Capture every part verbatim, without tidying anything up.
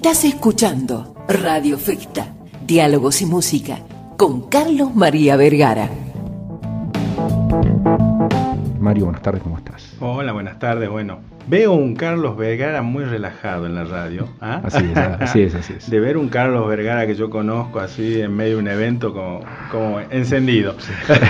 Estás escuchando Radio Festa, diálogos y música, con Carlos María Vergara. Mario, buenas tardes, ¿cómo estás? Hola, buenas tardes. Bueno, veo un Carlos Vergara muy relajado en la radio. ¿Ah? Así es, así es, así es. De ver un Carlos Vergara que yo conozco así en medio de un evento como, como encendido. Sí.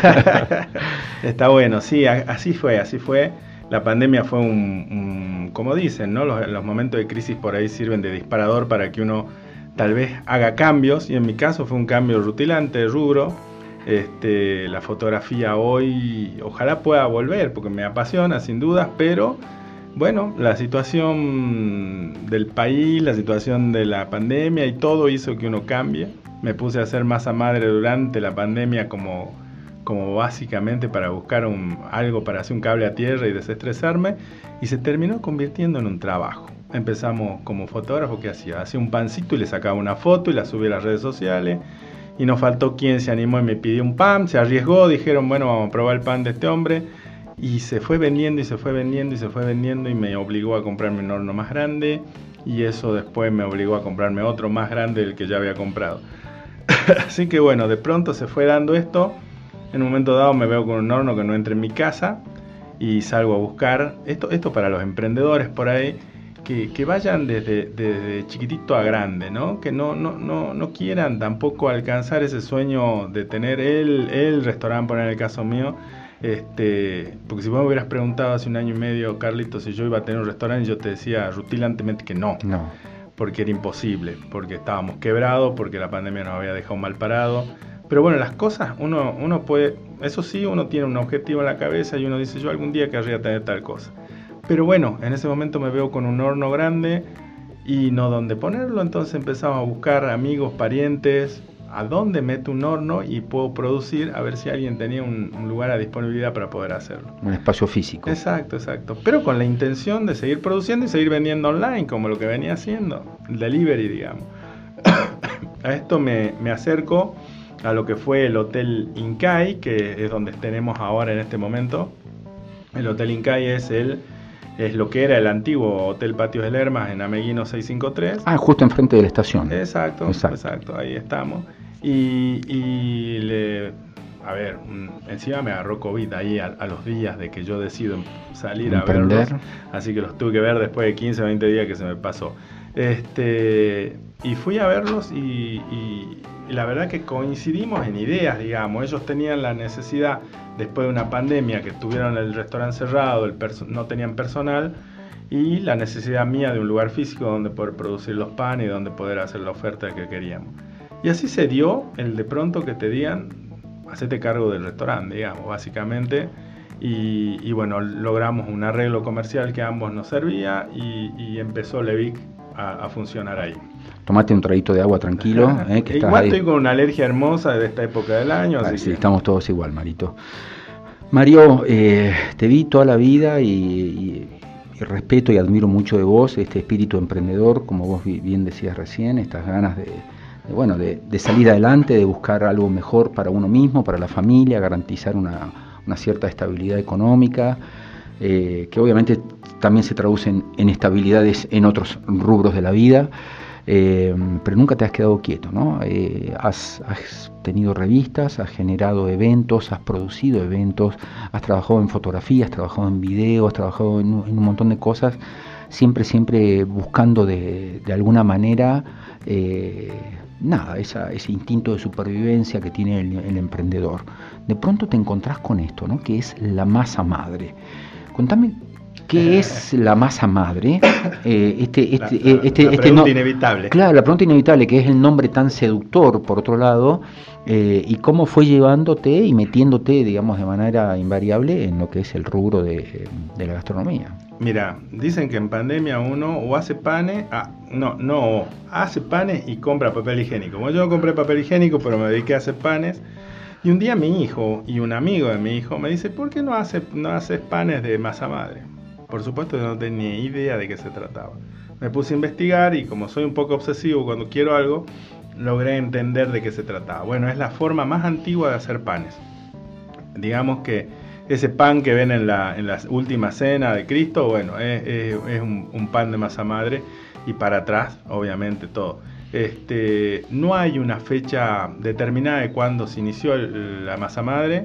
Está bueno, sí, así fue, así fue. La pandemia fue un, un como dicen, ¿no? Los, los momentos de crisis por ahí sirven de disparador para que uno tal vez haga cambios, y en mi caso fue un cambio rutilante de rubro. Este, la fotografía hoy ojalá pueda volver porque me apasiona sin dudas, pero bueno, la situación del país, la situación de la pandemia y todo hizo que uno cambie. Me puse a hacer masa madre durante la pandemia como, como básicamente para buscar un, algo para hacer un cable a tierra y desestresarme, y se terminó convirtiendo en un trabajo. Empezamos como fotógrafo, ¿qué hacía? Hacía un pancito y le sacaba una foto y la subía a las redes sociales. Y no faltó quien se animó y me pidió un pan, se arriesgó, dijeron, bueno, vamos a probar el pan de este hombre. Y se fue vendiendo y se fue vendiendo y se fue vendiendo y me obligó a comprarme un horno más grande. Y eso después me obligó a comprarme otro más grande del que ya había comprado. Así que bueno, de pronto se fue dando esto. En un momento dado me veo con un horno que no entra en mi casa y salgo a buscar. Esto, esto para los emprendedores por ahí. Que, que vayan desde, desde chiquitito a grande, ¿no? Que no, no, no, no quieran tampoco alcanzar ese sueño de tener el, el restaurante, por en el caso mío. Este, porque si vos me hubieras preguntado hace un año y medio, Carlitos, si yo iba a tener un restaurante, yo te decía rutilantemente que no. No. Porque era imposible, porque estábamos quebrados, porque la pandemia nos había dejado mal parados. Pero bueno, las cosas, uno, uno puede, eso sí, uno tiene un objetivo en la cabeza y uno dice, yo algún día querría tener tal cosa. Pero bueno, en ese momento me veo con un horno grande y no dónde ponerlo, entonces empezamos a buscar amigos, parientes, a dónde meto un horno y puedo producir, a ver si alguien tenía un, un lugar a disponibilidad para poder hacerlo. Un espacio físico. Exacto, exacto. Pero con la intención de seguir produciendo y seguir vendiendo online, como lo que venía haciendo, el delivery, digamos. A esto me, me acerco a lo que fue el Hotel Incai, que es donde tenemos ahora en este momento. El Hotel Incai es el... Es lo que era el antiguo Hotel Patios del Hermas en Ameguino seiscientos cincuenta y tres. Ah, justo enfrente de la estación. Exacto, exacto, exacto, ahí estamos. Y, y le, a ver, encima me agarró COVID ahí a, a los días de que yo decido salir Emprender. a verlos. Así que los tuve que ver después de quince o veinte días que se me pasó. Este, y fui a verlos y, y, y la verdad que coincidimos en ideas, digamos. Ellos tenían la necesidad, después de una pandemia, que tuvieron el restaurante cerrado, el perso- no tenían personal, y la necesidad mía de un lugar físico donde poder producir los panes y donde poder hacer la oferta que queríamos. Y así se dio el de pronto que te digan, hacete cargo del restaurante, digamos, básicamente. Y, y bueno, logramos un arreglo comercial que a ambos nos servía y, y empezó Levic a, a funcionar ahí. Tomate un traguito de agua tranquilo. Eh, que igual estás estoy con una alergia hermosa de esta época del año. Ah, así sí, que... estamos todos igual, Marito. Mario, eh, te vi toda la vida y, y, y respeto y admiro mucho de vos, este espíritu emprendedor, como vos bien decías recién, estas ganas de, de, bueno, de, de salir adelante, de buscar algo mejor para uno mismo, para la familia, garantizar una, una cierta estabilidad económica, eh, que obviamente también se traducen en estabilidades en otros rubros de la vida. Eh, pero nunca te has quedado quieto, ¿no? Eh, has, has tenido revistas, has generado eventos, has producido eventos, has trabajado en fotografía, has trabajado en video, has trabajado en, en un montón de cosas, siempre, siempre buscando de, de alguna manera, eh, nada, esa, ese instinto de supervivencia que tiene el, el emprendedor. De pronto te encontrás con esto, ¿no? Que es la masa madre. Contame. ¿Qué es la masa madre? Eh, este, este, la, la, este, la este pregunta no, inevitable. Claro, la pregunta inevitable, que es el nombre tan seductor, por otro lado, eh, y cómo fue llevándote y metiéndote, digamos, de manera invariable en lo que es el rubro de, de la gastronomía. Mira, dicen que en pandemia uno o hace panes, ah, no, no, hace panes y compra papel higiénico. Bueno, yo no compré papel higiénico, pero me dediqué a hacer panes. Y un día mi hijo y un amigo de mi hijo me dice, ¿por qué no, hace, no haces panes de masa madre? Por supuesto, yo no tenía idea de qué se trataba. Me puse a investigar y como soy un poco obsesivo cuando quiero algo, logré entender de qué se trataba. Bueno, es la forma más antigua de hacer panes. Digamos que ese pan que ven en la, en la última cena de Cristo, bueno, es, es, es un, un pan de masa madre y para atrás, obviamente, todo. Este, no hay una fecha determinada de cuándo se inició el, la masa madre.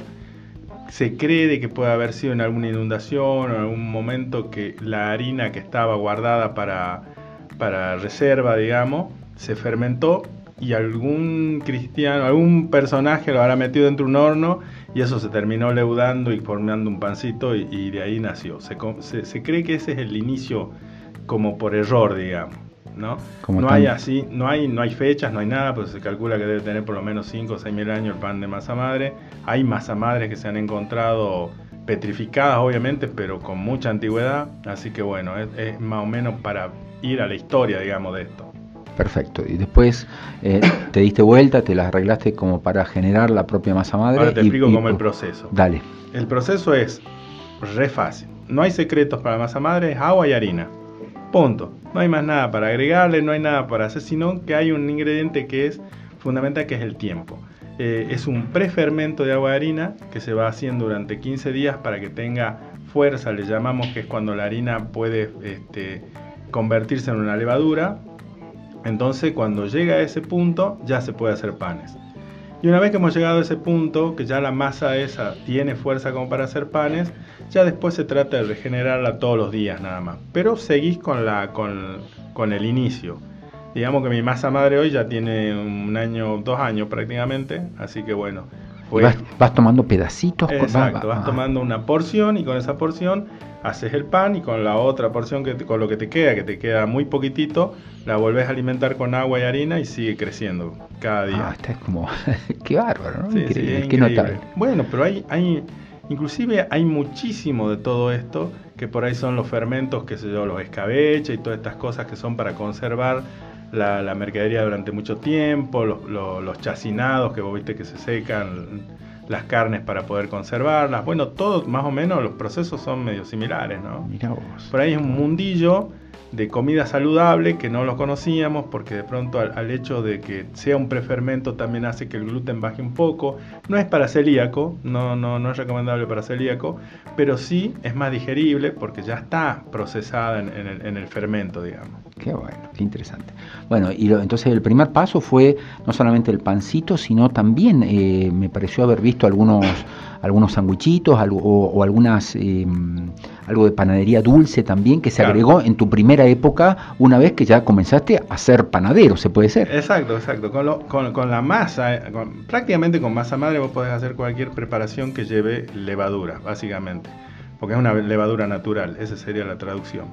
Se cree de que puede haber sido en alguna inundación o en algún momento que la harina que estaba guardada para, para reserva, digamos, se fermentó y algún cristiano, algún personaje lo habrá metido dentro de un horno y eso se terminó leudando y formando un pancito y, y de ahí nació. Se, se, se cree que ese es el inicio como por error, digamos, ¿no? No hay así, no hay, no hay fechas, no hay nada, pero se calcula que debe tener por lo menos cinco o seis mil años el pan de masa madre. Hay masa madres que se han encontrado petrificadas, obviamente, pero con mucha antigüedad, así que bueno, es, es más o menos para ir a la historia, digamos, de esto. Perfecto, y después eh, te diste vuelta, te las arreglaste como para generar la propia masa madre. Ahora te y, explico y, cómo el proceso. Dale. El proceso es re fácil, no hay secretos para la masa madre, es agua y harina, punto. No hay más nada para agregarle, no hay nada para hacer, sino que hay un ingrediente que es fundamental, que es el tiempo. Eh, es un prefermento de agua y harina que se va haciendo durante quince días para que tenga fuerza, le llamamos, que es cuando la harina puede este, convertirse en una levadura. Entonces, cuando llega a ese punto, ya se puede hacer panes. Y una vez que hemos llegado a ese punto, que ya la masa esa tiene fuerza como para hacer panes, ya después se trata de regenerarla todos los días nada más. Pero seguís con, la, con, con el inicio. Digamos que mi masa madre hoy ya tiene un año, dos años prácticamente, así que bueno. Fue... Vas, vas tomando pedacitos. Exacto, vas tomando una porción y con esa porción haces el pan y con la otra porción, que te, con lo que te queda, que te queda muy poquitito, la volvés a alimentar con agua y harina y sigue creciendo cada día. Ah, esta es como, qué bárbaro, ¿no? Sí, Increíble, sí, es qué notable. Bueno, pero hay, hay, inclusive hay muchísimo de todo esto, que por ahí son los fermentos, qué sé yo, los escabeches y todas estas cosas que son para conservar la, la mercadería durante mucho tiempo, los, los, los chacinados que vos viste que se secan, las carnes para poder conservarlas. Bueno, todo más o menos, los procesos son medio similares, ¿no? Mirá vos. Por ahí es un mundillo de comida saludable que no lo conocíamos, porque de pronto al, al hecho de que sea un prefermento también hace que el gluten baje un poco. No es para celíaco, no, no, no es recomendable para celíaco, pero sí es más digerible porque ya está procesada en, en, el, en el fermento, digamos. Qué bueno, qué interesante. Bueno, y lo, entonces el primer paso fue no solamente el pancito, sino también eh, me pareció haber visto algunos algunos sandwichitos algo, o, o algunas eh, algo de panadería dulce también que se claro. agregó en tu primera época una vez que ya comenzaste a ser panadero, ¿se puede ser? Exacto, exacto. Con, lo, con, con la masa, con, prácticamente con masa madre vos podés hacer cualquier preparación que lleve levadura, básicamente, porque es una levadura natural, esa sería la traducción.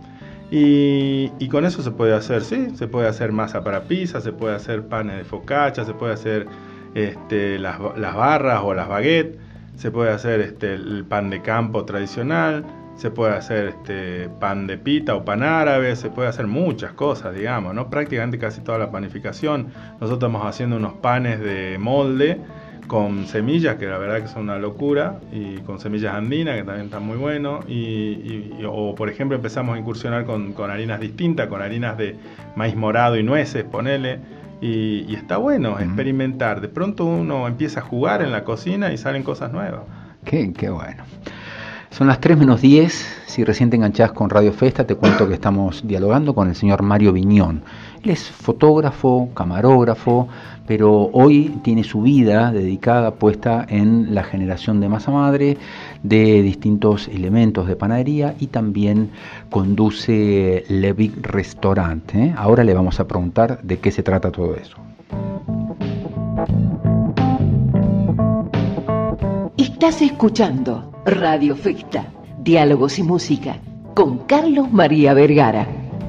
Y, y con eso se puede hacer, sí, se puede hacer masa para pizza, se puede hacer panes de focaccia, se puede hacer este, las, las barras o las baguettes, se puede hacer este, el pan de campo tradicional, se puede hacer este, pan de pita o pan árabe, se puede hacer muchas cosas, digamos, ¿no? Prácticamente casi toda la panificación. Nosotros estamos haciendo unos panes de molde con semillas, que la verdad que son una locura, y con semillas andinas, que también están muy buenos, y, y, o por ejemplo empezamos a incursionar con, con harinas distintas, con harinas de maíz morado y nueces, ponele, y, y está bueno uh-huh. experimentar. De pronto uno empieza a jugar en la cocina y salen cosas nuevas. Qué, qué bueno. Son las tres menos diez, si recién te enganchás con Radio Festa, te cuento que estamos dialogando con el señor Mario Viñón. Él es fotógrafo, camarógrafo, pero hoy tiene su vida dedicada, puesta en la generación de masa madre, de distintos elementos de panadería, y también conduce Le Big Restaurant, ¿eh? Ahora le vamos a preguntar de qué se trata todo eso. Estás escuchando Radio Festa, diálogos y música, con Carlos María Vergara.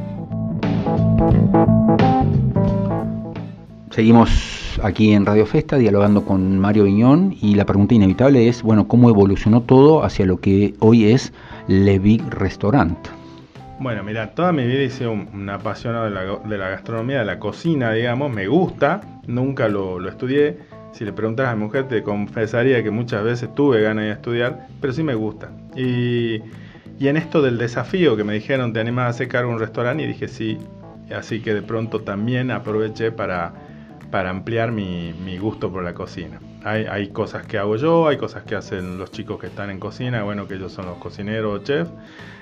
Seguimos aquí en Radio Festa dialogando con Mario Viñón, y la pregunta inevitable es, bueno, ¿cómo evolucionó todo hacia lo que hoy es Le Big Restaurant? Bueno, mira, toda mi vida hice un, un apasionado de la, de la gastronomía, de la cocina, digamos, me gusta, nunca lo, lo estudié. Si le preguntas a mi mujer te confesaría que muchas veces tuve ganas de estudiar, pero sí me gusta. Y, y en esto del desafío que me dijeron, ¿te animás a hacer cargo de un restaurante? Y dije sí, así que de pronto también aproveché para, para ampliar mi, mi gusto por la cocina. hay, hay cosas que hago yo, hay cosas que hacen los chicos que están en cocina, bueno, que ellos son los cocineros o chefs.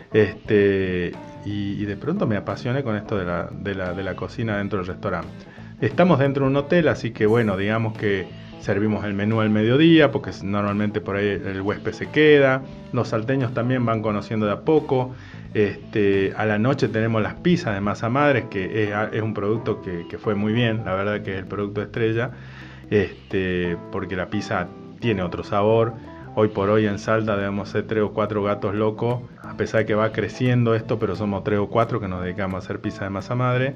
Este, y, y de pronto me apasioné con esto de la, de, la, de la cocina dentro del restaurante. Estamos dentro de un hotel, así que bueno, digamos que servimos el menú al mediodía, porque normalmente por ahí el huésped se queda. Los salteños también van conociendo de a poco. Este, a la noche tenemos las pizzas de masa madre, que es, es un producto que, que fue muy bien, la verdad que es el producto estrella, este, porque la pizza tiene otro sabor. Hoy por hoy en Salta debemos ser tres o cuatro gatos locos, a pesar de que va creciendo esto, pero somos tres o cuatro que nos dedicamos a hacer pizza de masa madre.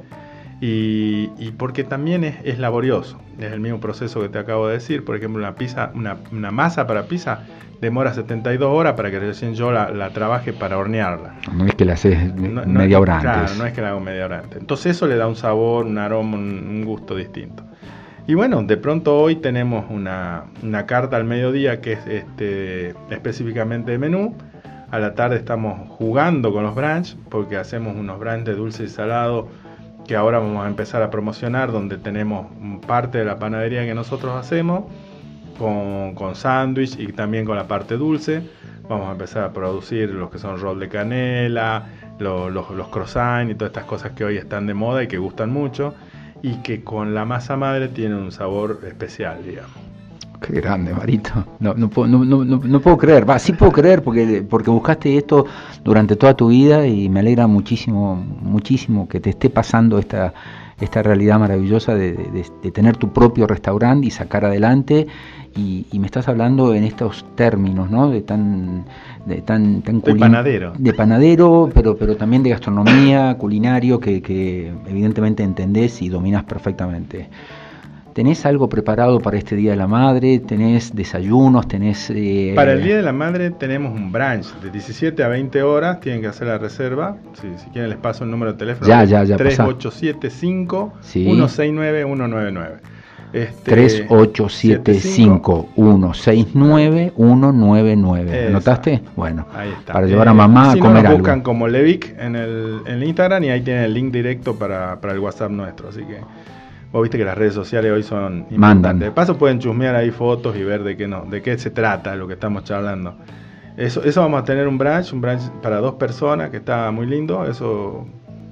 Y, y porque también es, es laborioso, es el mismo proceso que te acabo de decir. Por ejemplo, una pizza, una, una masa para pizza demora setenta y dos horas para que recién yo la, la trabaje para hornearla. No es que la haces no, media no, hora antes. Claro, no es que la hago media hora antes. Entonces eso le da un sabor, un aroma, un, un gusto distinto. Y bueno, de pronto hoy tenemos una, una carta al mediodía que es este, específicamente de menú. A la tarde estamos jugando con los brunch, porque hacemos unos brunch de dulce y salado que ahora vamos a empezar a promocionar, donde tenemos parte de la panadería que nosotros hacemos, con, con sándwich y también con la parte dulce. Vamos a empezar a producir los que son roll de canela, los, los, los croissants y todas estas cosas que hoy están de moda y que gustan mucho, y que con la masa madre tienen un sabor especial, digamos. Qué grande, Marito. No, no, puedo, no, no, no puedo creer. Va, sí puedo creer porque, porque buscaste esto durante toda tu vida y me alegra muchísimo, muchísimo que te esté pasando esta, esta realidad maravillosa de, de, de tener tu propio restaurante y sacar adelante. Y, y me estás hablando en estos términos, ¿no? De tan, de tan, tan de panadero, de panadero, pero, pero también de gastronomía, culinario, que, que evidentemente entendés y dominás perfectamente. ¿Tenés algo preparado para este Día de la Madre? ¿Tenés desayunos? ¿Tenés...? Eh... Para el Día de la Madre tenemos un brunch de diecisiete a veinte horas, tienen que hacer la reserva. Si, si quieren les paso el número de teléfono. Ya, ya, ya. tres ocho siete cinco, uno seis nueve, uno nueve nueve. Este, tres ocho siete cinco, uno seis nueve, uno nueve nueve. ¿Anotaste? Bueno, ahí está. Para llevar a mamá eh, si a comer no, nos algo. buscan como Levic en el, en el Instagram y ahí tienen el link directo para, para el WhatsApp nuestro, así que... Vos viste que las redes sociales hoy son importantes. Mandan. De paso pueden chusmear ahí fotos y ver de qué no, de qué se trata lo que estamos charlando. Eso, eso vamos a tener un brunch, un brunch para dos personas que está muy lindo. Eso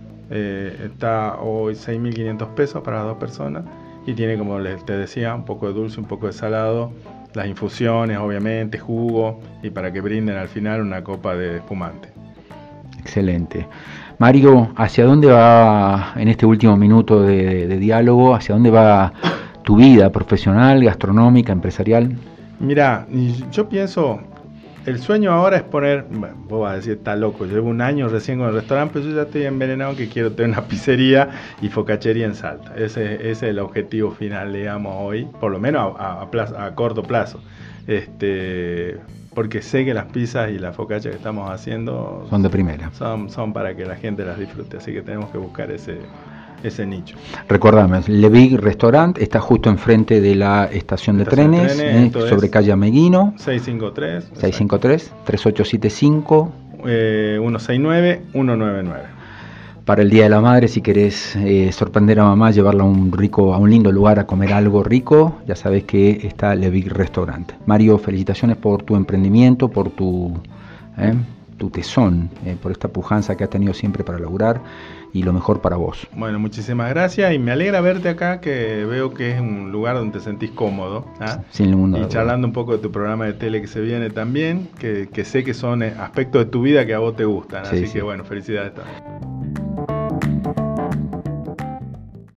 eh, está hoy seis mil quinientos pesos para las dos personas y tiene, como les te decía, un poco de dulce, un poco de salado, las infusiones, obviamente, jugo y para que brinden al final una copa de espumante. Excelente. Mario, ¿hacia dónde va en este último minuto de, de, de diálogo? ¿Hacia dónde va tu vida profesional, gastronómica, empresarial? Mira, yo pienso, el sueño ahora es poner, bueno, vos vas a decir, está loco, llevo un año recién con el restaurante, pero yo ya estoy envenenado que quiero tener una pizzería y focachería en Salta. Ese, ese es el objetivo final, digamos, hoy, por lo menos a, a, plazo, a corto plazo. Este... porque sé que las pizzas y las focaccias que estamos haciendo son de primera, son, son para que la gente las disfrute, así que tenemos que buscar ese, ese nicho. Recordame, Levic Restaurant está justo enfrente de la estación de estación trenes, de trenes eh, sobre calle Ameguino, seiscientos cincuenta y tres, seiscientos cincuenta y tres, tres ocho siete cinco, eh, uno seis nueve, uno nueve nueve. Para el Día de la Madre, si querés eh, sorprender a mamá, llevarla a un rico, a un lindo lugar a comer algo rico, ya sabés que está Levic Restaurant. Mario, felicitaciones por tu emprendimiento, por tu, eh, tu tesón, eh, por esta pujanza que has tenido siempre para laburar y lo mejor para vos. Bueno, muchísimas gracias y me alegra verte acá, que veo que es un lugar donde te sentís cómodo, ¿ah? Sin ninguna y duda. charlando un poco de tu programa de tele que se viene también, que, que sé que son aspectos de tu vida que a vos te gustan, sí, así sí. que bueno, felicidades también.